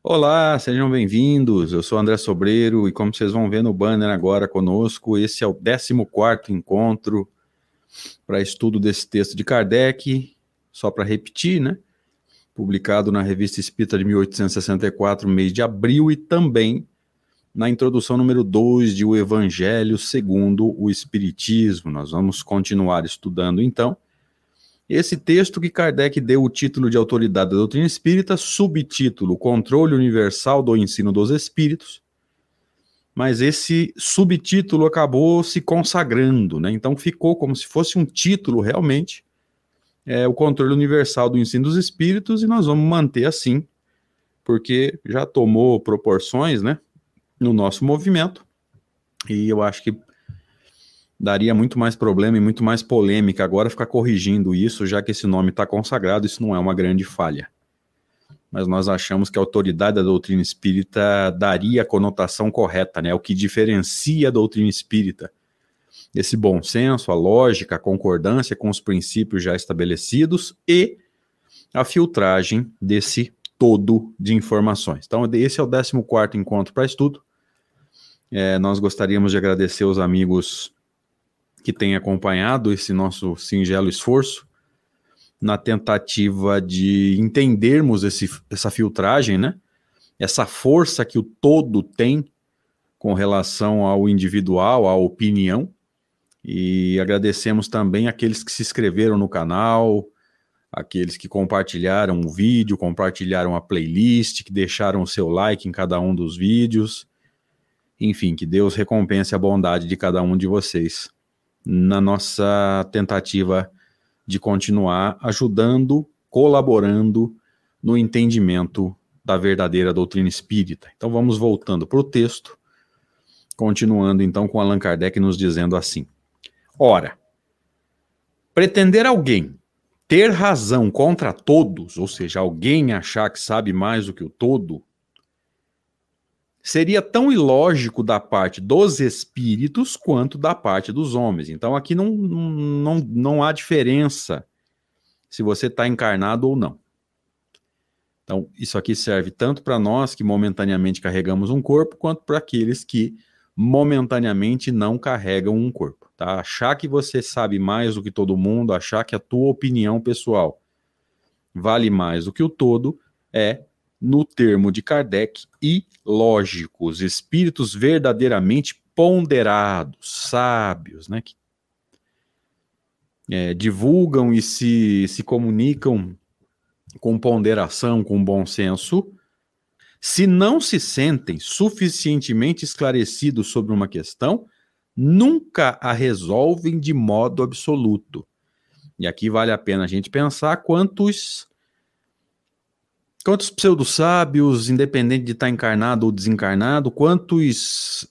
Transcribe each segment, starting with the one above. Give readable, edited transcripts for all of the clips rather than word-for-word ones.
Olá, sejam bem-vindos. Eu sou André Sobreiro e como vocês vão ver no banner agora conosco, esse é o 14º encontro para estudo desse texto de Kardec, só para repetir, né? Publicado na Revista Espírita de 1864, mês de abril, e também na introdução número 2 de O Evangelho segundo o Espiritismo. Nós vamos continuar estudando, então, esse texto que Kardec deu o título de Autoridade da Doutrina Espírita, subtítulo Controle Universal do Ensino dos Espíritos, mas esse subtítulo acabou se consagrando, né? Então ficou como se fosse um título realmente, o Controle Universal do Ensino dos Espíritos, e nós vamos manter assim, porque já tomou proporções, né, no nosso movimento, e eu acho que daria muito mais problema e muito mais polêmica agora ficar corrigindo isso, já que esse nome está consagrado. Isso não é uma grande falha. Mas nós achamos que a autoridade da doutrina espírita daria a conotação correta, né? O que diferencia a doutrina espírita. Esse bom senso, a lógica, a concordância com os princípios já estabelecidos e a filtragem desse todo de informações. Então, esse é o 14º encontro para estudo. Nós gostaríamos de agradecer os amigos que tem acompanhado esse nosso singelo esforço na tentativa de entendermos essa filtragem, né? Essa força que o todo tem com relação ao individual, à opinião, e agradecemos também aqueles que se inscreveram no canal, aqueles que compartilharam o vídeo, compartilharam a playlist, que deixaram o seu like em cada um dos vídeos, enfim, que Deus recompense a bondade de cada um de vocês na nossa tentativa de continuar ajudando, colaborando no entendimento da verdadeira doutrina espírita. Então vamos voltando para o texto, continuando então com Allan Kardec nos dizendo assim: ora, pretender alguém ter razão contra todos, ou seja, alguém achar que sabe mais do que o todo, seria tão ilógico da parte dos espíritos quanto da parte dos homens. Então aqui não há diferença se você está encarnado ou não. Então isso aqui serve tanto para nós que momentaneamente carregamos um corpo, quanto para aqueles que momentaneamente não carregam um corpo. Tá? Achar que você sabe mais do que todo mundo, achar que a tua opinião pessoal vale mais do que o todo, no termo de Kardec, ilógicos, espíritos verdadeiramente ponderados, sábios, né, que divulgam e se comunicam com ponderação, com bom senso, se não se sentem suficientemente esclarecidos sobre uma questão, nunca a resolvem de modo absoluto. E aqui vale a pena a gente pensar quantos pseudo-sábios, independente de estar encarnado ou desencarnado, quantos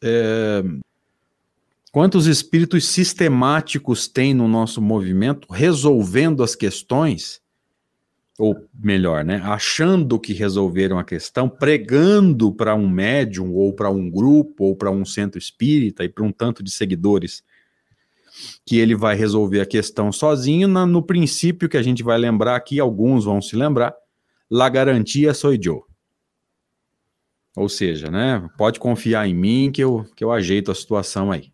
espíritos sistemáticos tem no nosso movimento, resolvendo as questões, ou melhor, né, achando que resolveram a questão, pregando para um médium, ou para um grupo, ou para um centro espírita, e para um tanto de seguidores, que ele vai resolver a questão sozinho, no princípio que a gente vai lembrar aqui, alguns vão se lembrar, la garantia sou eu. Ou seja, né, pode confiar em mim que eu ajeito a situação aí.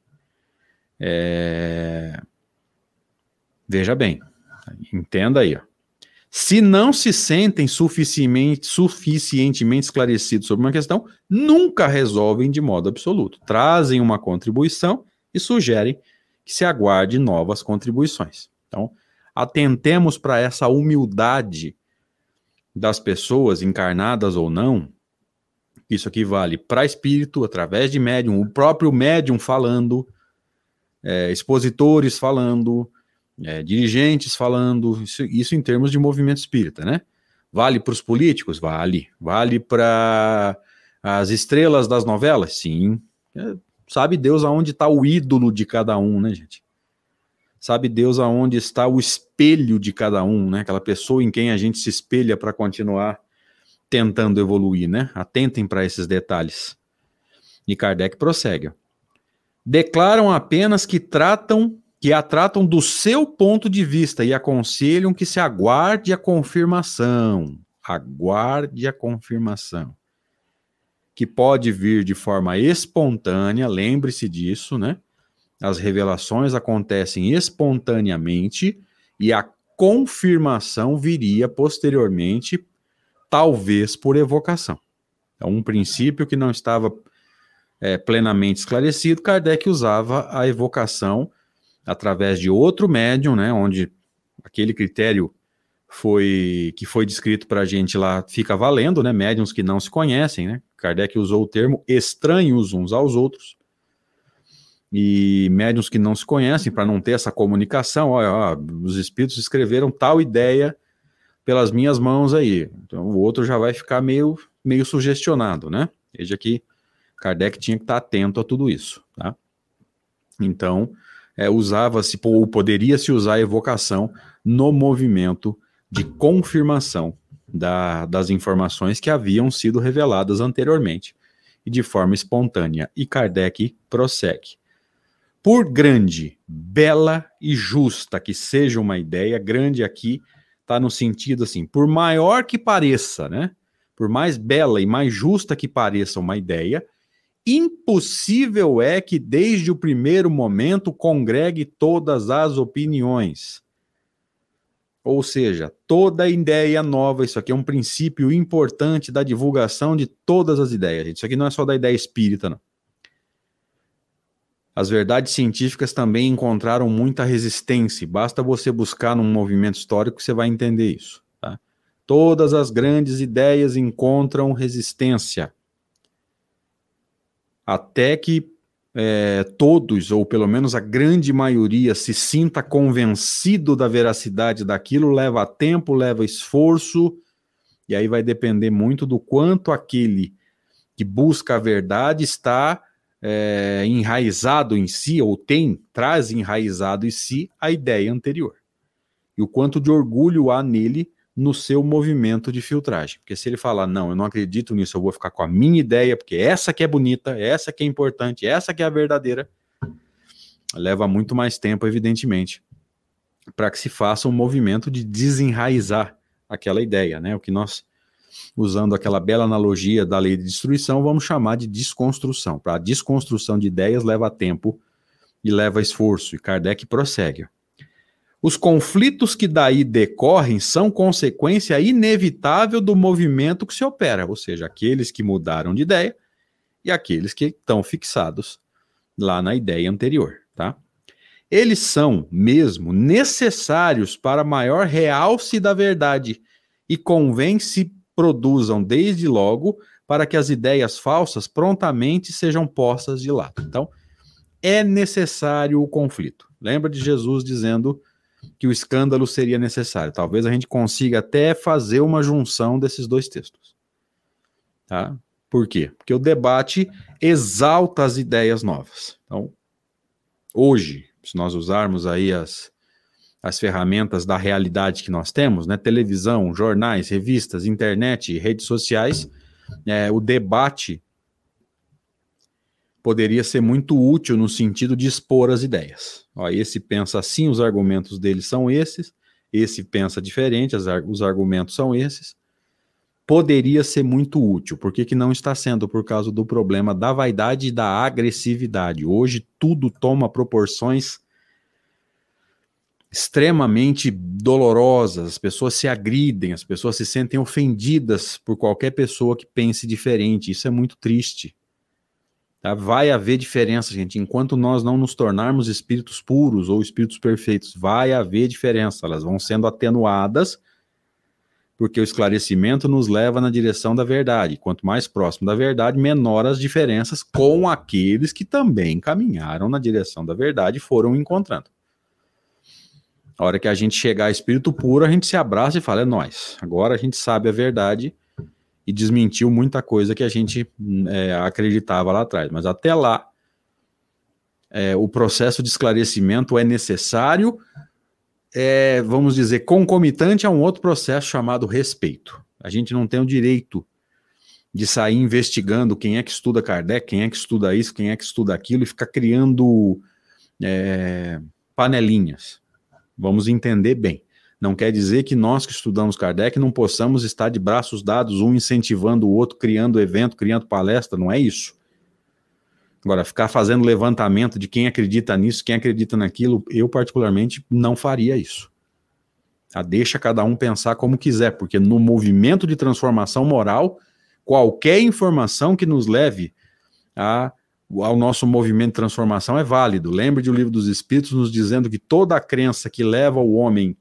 Veja bem, entenda aí. Ó. Se não se sentem suficientemente esclarecidos sobre uma questão, nunca resolvem de modo absoluto. Trazem uma contribuição e sugerem que se aguarde novas contribuições. Então, atentemos para essa humildade das pessoas, encarnadas ou não. Isso aqui vale para espírito, através de médium, o próprio médium falando, expositores falando, dirigentes falando, isso em termos de movimento espírita, né? Vale para os políticos? Vale. Vale para as estrelas das novelas? Sim. Sabe Deus aonde está o ídolo de cada um, né, gente? Sabe Deus aonde está o espelho de cada um, né? Aquela pessoa em quem a gente se espelha para continuar tentando evoluir, né? Atentem para esses detalhes. E Kardec prossegue. Declaram apenas que a tratam do seu ponto de vista e aconselham que se aguarde a confirmação. Aguarde a confirmação. que pode vir de forma espontânea, lembre-se disso, né? As revelações acontecem espontaneamente e a confirmação viria posteriormente, talvez por evocação. É um princípio que não estava plenamente esclarecido. Kardec usava a evocação através de outro médium, né, onde aquele critério que foi descrito para a gente lá fica valendo, né, médiums que não se conhecem, né? Kardec usou o termo estranhos uns aos outros, e médiums que não se conhecem, para não ter essa comunicação, os espíritos escreveram tal ideia pelas minhas mãos aí, então o outro já vai ficar meio sugestionado, né? Veja que Kardec tinha que estar atento a tudo isso, tá? Então, usava-se, ou poderia-se usar a evocação no movimento de confirmação das informações que haviam sido reveladas anteriormente, e de forma espontânea. E Kardec prossegue. Por grande, bela e justa que seja uma ideia, grande aqui está no sentido assim, por maior que pareça, né? Por mais bela e mais justa que pareça uma ideia, impossível é que desde o primeiro momento congregue todas as opiniões. Ou seja, toda ideia nova, isso aqui é um princípio importante da divulgação de todas as ideias, gente. Isso aqui não é só da ideia espírita, não. As verdades científicas também encontraram muita resistência, basta você buscar num movimento histórico que você vai entender isso, tá? Todas as grandes ideias encontram resistência. Até que todos, ou pelo menos a grande maioria, se sinta convencido da veracidade daquilo, leva tempo, leva esforço, e aí vai depender muito do quanto aquele que busca a verdade está enraizado em si, ou traz enraizado em si a ideia anterior. E o quanto de orgulho há nele no seu movimento de filtragem. Porque se ele falar, não, eu não acredito nisso, eu vou ficar com a minha ideia, porque essa que é bonita, essa que é importante, essa que é a verdadeira, leva muito mais tempo, evidentemente, para que se faça um movimento de desenraizar aquela ideia, né? O que nós, usando aquela bela analogia da lei de destruição, vamos chamar de desconstrução. Para a desconstrução de ideias leva tempo e leva esforço, e Kardec prossegue. Os conflitos que daí decorrem são consequência inevitável do movimento que se opera, ou seja, aqueles que mudaram de ideia e aqueles que estão fixados lá na ideia anterior, tá? Eles são mesmo necessários para maior realce da verdade e convém se produzam desde logo para que as ideias falsas prontamente sejam postas de lado. Então, é necessário o conflito. Lembra de Jesus dizendo que o escândalo seria necessário. Talvez a gente consiga até fazer uma junção desses dois textos. Tá? Por quê? Porque o debate exalta as ideias novas. Então, hoje, se nós usarmos aí as ferramentas da realidade que nós temos, né, televisão, jornais, revistas, internet, redes sociais, o debate poderia ser muito útil no sentido de expor as ideias. Esse pensa assim, os argumentos dele são esses, esse pensa diferente, os argumentos são esses. Poderia ser muito útil. Por que não está sendo? Por causa do problema da vaidade e da agressividade. Hoje tudo toma proporções extremamente dolorosas, as pessoas se agridem, as pessoas se sentem ofendidas por qualquer pessoa que pense diferente. Isso é muito triste. Tá? Vai haver diferença, gente. Enquanto nós não nos tornarmos espíritos puros ou espíritos perfeitos, vai haver diferença. Elas vão sendo atenuadas, porque o esclarecimento nos leva na direção da verdade. Quanto mais próximo da verdade, menor as diferenças com aqueles que também caminharam na direção da verdade e foram encontrando. A hora que a gente chegar a espírito puro, a gente se abraça e fala, é nós. Agora a gente sabe a verdade e desmentiu muita coisa que a gente acreditava lá atrás. Mas até lá, o processo de esclarecimento é necessário, vamos dizer, concomitante a um outro processo chamado respeito. A gente não tem o direito de sair investigando quem é que estuda Kardec, quem é que estuda isso, quem é que estuda aquilo, e ficar criando panelinhas. Vamos entender bem. Não quer dizer que nós que estudamos Kardec não possamos estar de braços dados, um incentivando o outro, criando evento, criando palestra, não é isso. Agora, ficar fazendo levantamento de quem acredita nisso, quem acredita naquilo, eu particularmente não faria isso. Deixa cada um pensar como quiser, porque no movimento de transformação moral, qualquer informação que nos leve ao nosso movimento de transformação é válido. Lembre de O Livro dos Espíritos nos dizendo que toda a crença que leva o homem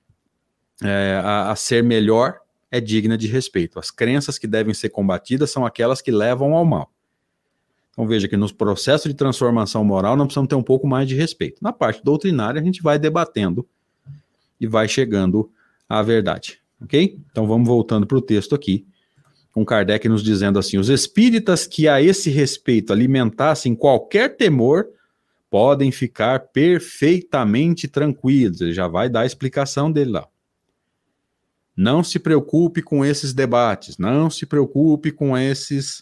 a ser melhor é digna de respeito. As crenças que devem ser combatidas são aquelas que levam ao mal. Então veja que nos processos de transformação moral nós precisamos ter um pouco mais de respeito. Na parte doutrinária a gente vai debatendo e vai chegando à verdade, ok? Então vamos voltando para o texto aqui, com Kardec nos dizendo assim: os espíritas que a esse respeito alimentassem qualquer temor podem ficar perfeitamente tranquilos. Ele já vai dar a explicação dele lá. Não se preocupe com esses debates, não se preocupe com esses...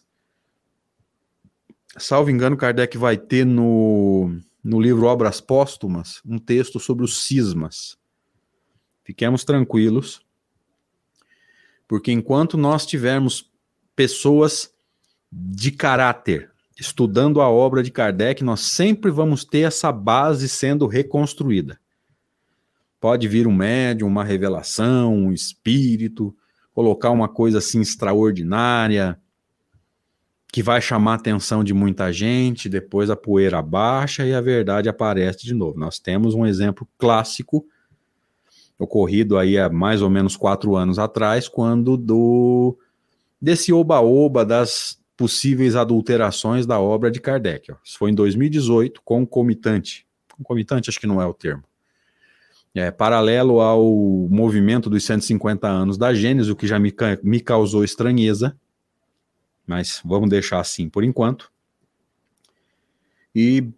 Salvo engano, Kardec vai ter no livro Obras Póstumas um texto sobre os cismas. Fiquemos tranquilos, porque enquanto nós tivermos pessoas de caráter estudando a obra de Kardec, nós sempre vamos ter essa base sendo reconstruída. Pode vir um médium, uma revelação, um espírito, colocar uma coisa assim extraordinária, que vai chamar a atenção de muita gente, depois a poeira baixa e a verdade aparece de novo. Nós temos um exemplo clássico, ocorrido aí há mais ou menos 4 anos atrás, quando desse oba-oba das possíveis adulterações da obra de Kardec. Isso foi em 2018, concomitante. Concomitante acho que não é o termo. Paralelo ao movimento dos 150 anos da Gênese, o que já me causou estranheza, mas vamos deixar assim por enquanto. E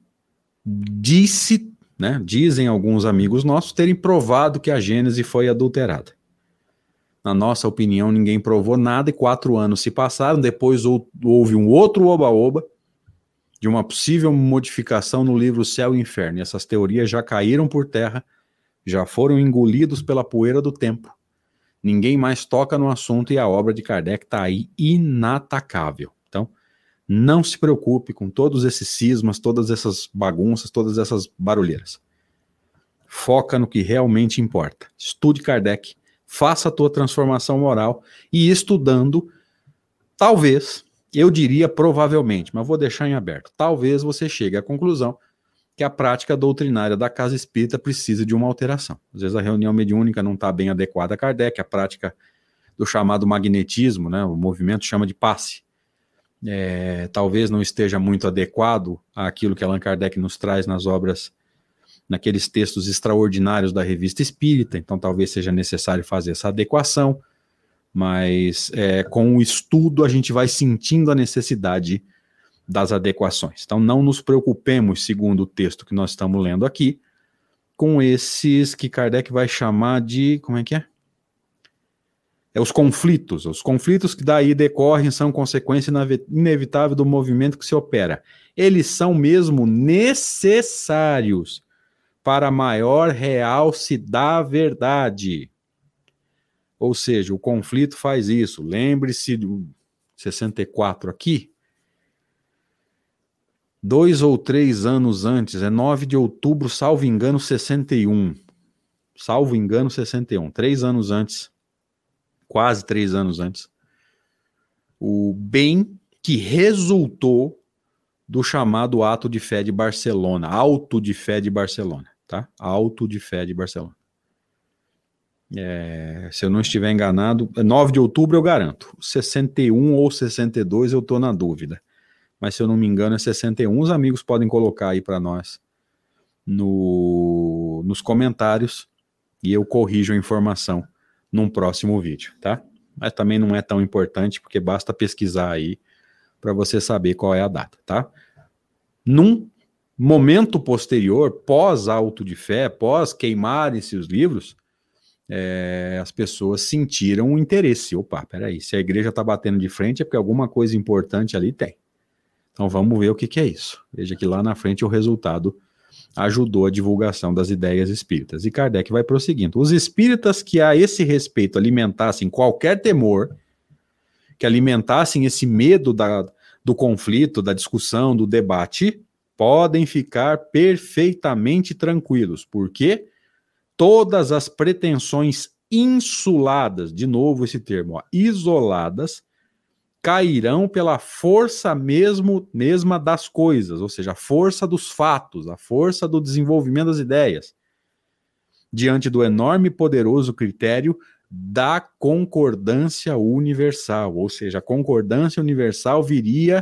dizem alguns amigos nossos terem provado que a Gênese foi adulterada. Na nossa opinião, ninguém provou nada e 4 anos se passaram, depois houve um outro oba-oba de uma possível modificação no livro Céu e Inferno. E essas teorias já caíram por terra, já foram engolidos pela poeira do tempo. Ninguém mais toca no assunto e a obra de Kardec está aí inatacável. Então, não se preocupe com todos esses cismas, todas essas bagunças, todas essas barulheiras. Foca no que realmente importa. Estude Kardec, faça a tua transformação moral e estudando, talvez, eu diria provavelmente, mas vou deixar em aberto, talvez você chegue à conclusão que a prática doutrinária da casa espírita precisa de uma alteração. Às vezes a reunião mediúnica não está bem adequada a Kardec, a prática do chamado magnetismo, o movimento chama de passe, talvez não esteja muito adequado àquilo que Allan Kardec nos traz nas obras, naqueles textos extraordinários da Revista Espírita, então talvez seja necessário fazer essa adequação, mas com o estudo a gente vai sentindo a necessidade das adequações. Então não nos preocupemos, segundo o texto que nós estamos lendo aqui, com esses que Kardec vai chamar de, como é que é? Os conflitos. Os conflitos que daí decorrem são consequência inevitável do movimento que se opera. Eles são mesmo necessários para maior realce da verdade. Ou seja, o conflito faz isso. Lembre-se do 64 aqui, 2 ou 3 anos antes, 9 de outubro, salvo engano, 61. Salvo engano, 61. 3 anos antes, quase 3 anos antes, o bem que resultou do chamado Ato de Fé de Barcelona, Auto de Fé de Barcelona, tá? Auto de Fé de Barcelona. Se eu não estiver enganado, 9 de outubro eu garanto. 61 ou 62 eu estou na dúvida. Mas se eu não me engano é 61, os amigos podem colocar aí para nós nos comentários e eu corrijo a informação num próximo vídeo, tá? Mas também não é tão importante porque basta pesquisar aí para você saber qual é a data, tá? Num momento posterior, pós-auto de fé, pós queimarem-se os livros, as pessoas sentiram um interesse. Opa, peraí, se a igreja está batendo de frente é porque alguma coisa importante ali tem. Então vamos ver o que é isso. Veja que lá na frente o resultado ajudou a divulgação das ideias espíritas. E Kardec vai prosseguindo. Os espíritas que a esse respeito alimentassem qualquer temor, que alimentassem esse medo do conflito, da discussão, do debate, podem ficar perfeitamente tranquilos, porque todas as pretensões insuladas, de novo esse termo, ó, isoladas, cairão pela força mesma das coisas, ou seja, a força dos fatos, a força do desenvolvimento das ideias, diante do enorme e poderoso critério da concordância universal, ou seja, a concordância universal viria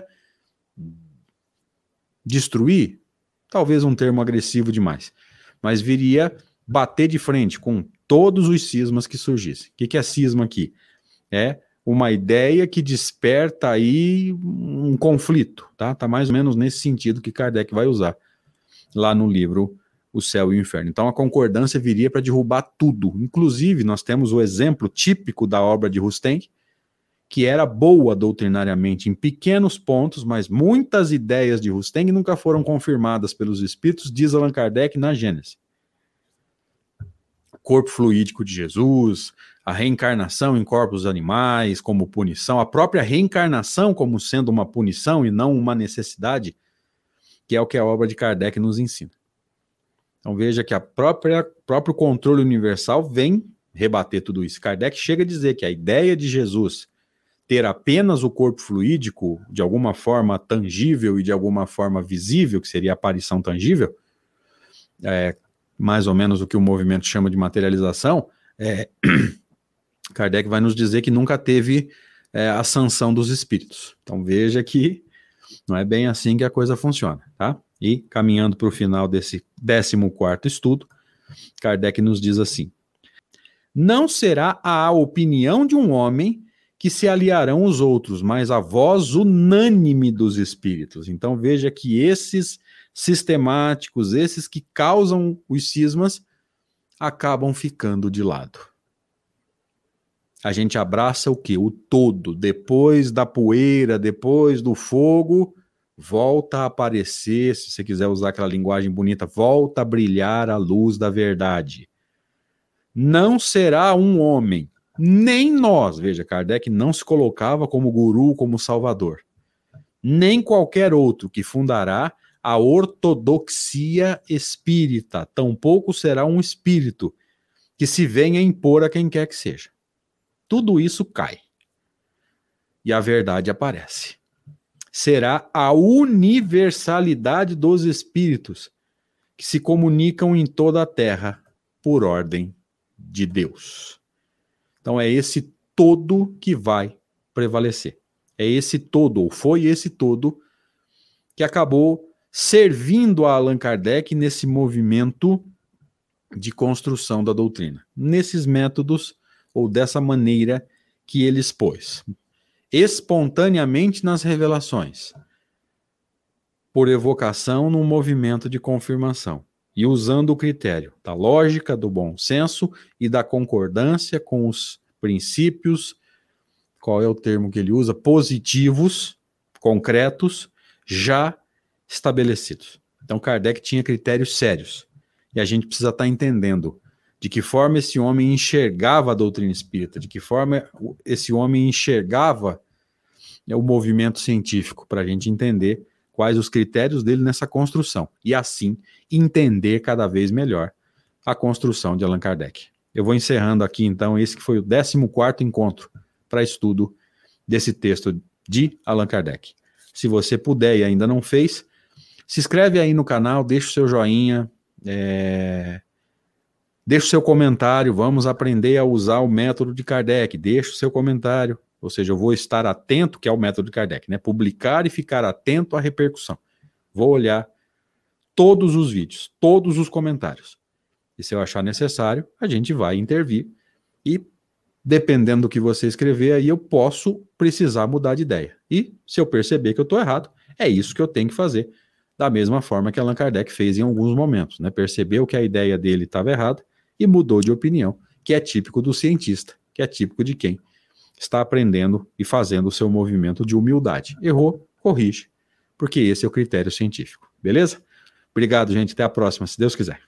destruir, talvez um termo agressivo demais, mas viria bater de frente com todos os cismas que surgissem. O que é cisma aqui? É uma ideia que desperta aí um conflito, tá? Tá mais ou menos nesse sentido que Kardec vai usar lá no livro O Céu e o Inferno. Então a concordância viria para derrubar tudo. Inclusive, nós temos o exemplo típico da obra de Rustem, que era boa doutrinariamente em pequenos pontos, mas muitas ideias de Rustem nunca foram confirmadas pelos espíritos, diz Allan Kardec na Gênese. Corpo fluídico de Jesus, a reencarnação em corpos animais como punição, a própria reencarnação como sendo uma punição e não uma necessidade, que é o que a obra de Kardec nos ensina. Então veja que próprio controle universal vem rebater tudo isso. Kardec chega a dizer que a ideia de Jesus ter apenas o corpo fluídico, de alguma forma tangível e de alguma forma visível, que seria a aparição tangível, mais ou menos o que o movimento chama de materialização, Kardec vai nos dizer que nunca teve a sanção dos espíritos. Então veja que não é bem assim que a coisa funciona, tá? E caminhando para o final desse 14º estudo, Kardec nos diz assim: não será a opinião de um homem que se aliarão os outros, mas a voz unânime dos espíritos. Então veja que esses sistemáticos, esses que causam os cismas, acabam ficando de lado. A gente abraça o quê? O todo. Depois da poeira, depois do fogo, volta a aparecer, se você quiser usar aquela linguagem bonita, volta a brilhar a luz da verdade. Não será um homem, nem nós, veja, Kardec não se colocava como guru, como salvador, nem qualquer outro que fundará a ortodoxia espírita, tampouco será um espírito que se venha impor a quem quer que seja. Tudo isso cai. E a verdade aparece. Será a universalidade dos espíritos que se comunicam em toda a terra por ordem de Deus. Então é esse todo que vai prevalecer. É esse todo, ou foi esse todo, que acabou servindo a Allan Kardec nesse movimento de construção da doutrina. Nesses métodos, ou dessa maneira que ele expôs. Espontaneamente nas revelações, por evocação num movimento de confirmação, e usando o critério da lógica, do bom senso e da concordância com os princípios, qual é o termo que ele usa? Positivos, concretos, já estabelecidos. Então Kardec tinha critérios sérios, e a gente precisa estar entendendo de que forma esse homem enxergava a doutrina espírita, de que forma esse homem enxergava o movimento científico, para a gente entender quais os critérios dele nessa construção, e assim entender cada vez melhor a construção de Allan Kardec. Eu vou encerrando aqui então esse que foi o 14º encontro para estudo desse texto de Allan Kardec. Se você puder e ainda não fez, se inscreve aí no canal, deixa o seu joinha, deixa o seu comentário, vamos aprender a usar o método de Kardec, deixa o seu comentário, ou seja, eu vou estar atento, que é o método de Kardec, né? Publicar e ficar atento à repercussão. Vou olhar todos os vídeos, todos os comentários. E se eu achar necessário, a gente vai intervir e, dependendo do que você escrever, aí eu posso precisar mudar de ideia. E se eu perceber que eu estou errado, é isso que eu tenho que fazer, da mesma forma que Allan Kardec fez em alguns momentos, né? Percebeu que a ideia dele estava errada e mudou de opinião, que é típico do cientista, que é típico de quem está aprendendo e fazendo o seu movimento de humildade. Errou, corrige, porque esse é o critério científico, beleza? Obrigado, gente. Até a próxima, se Deus quiser.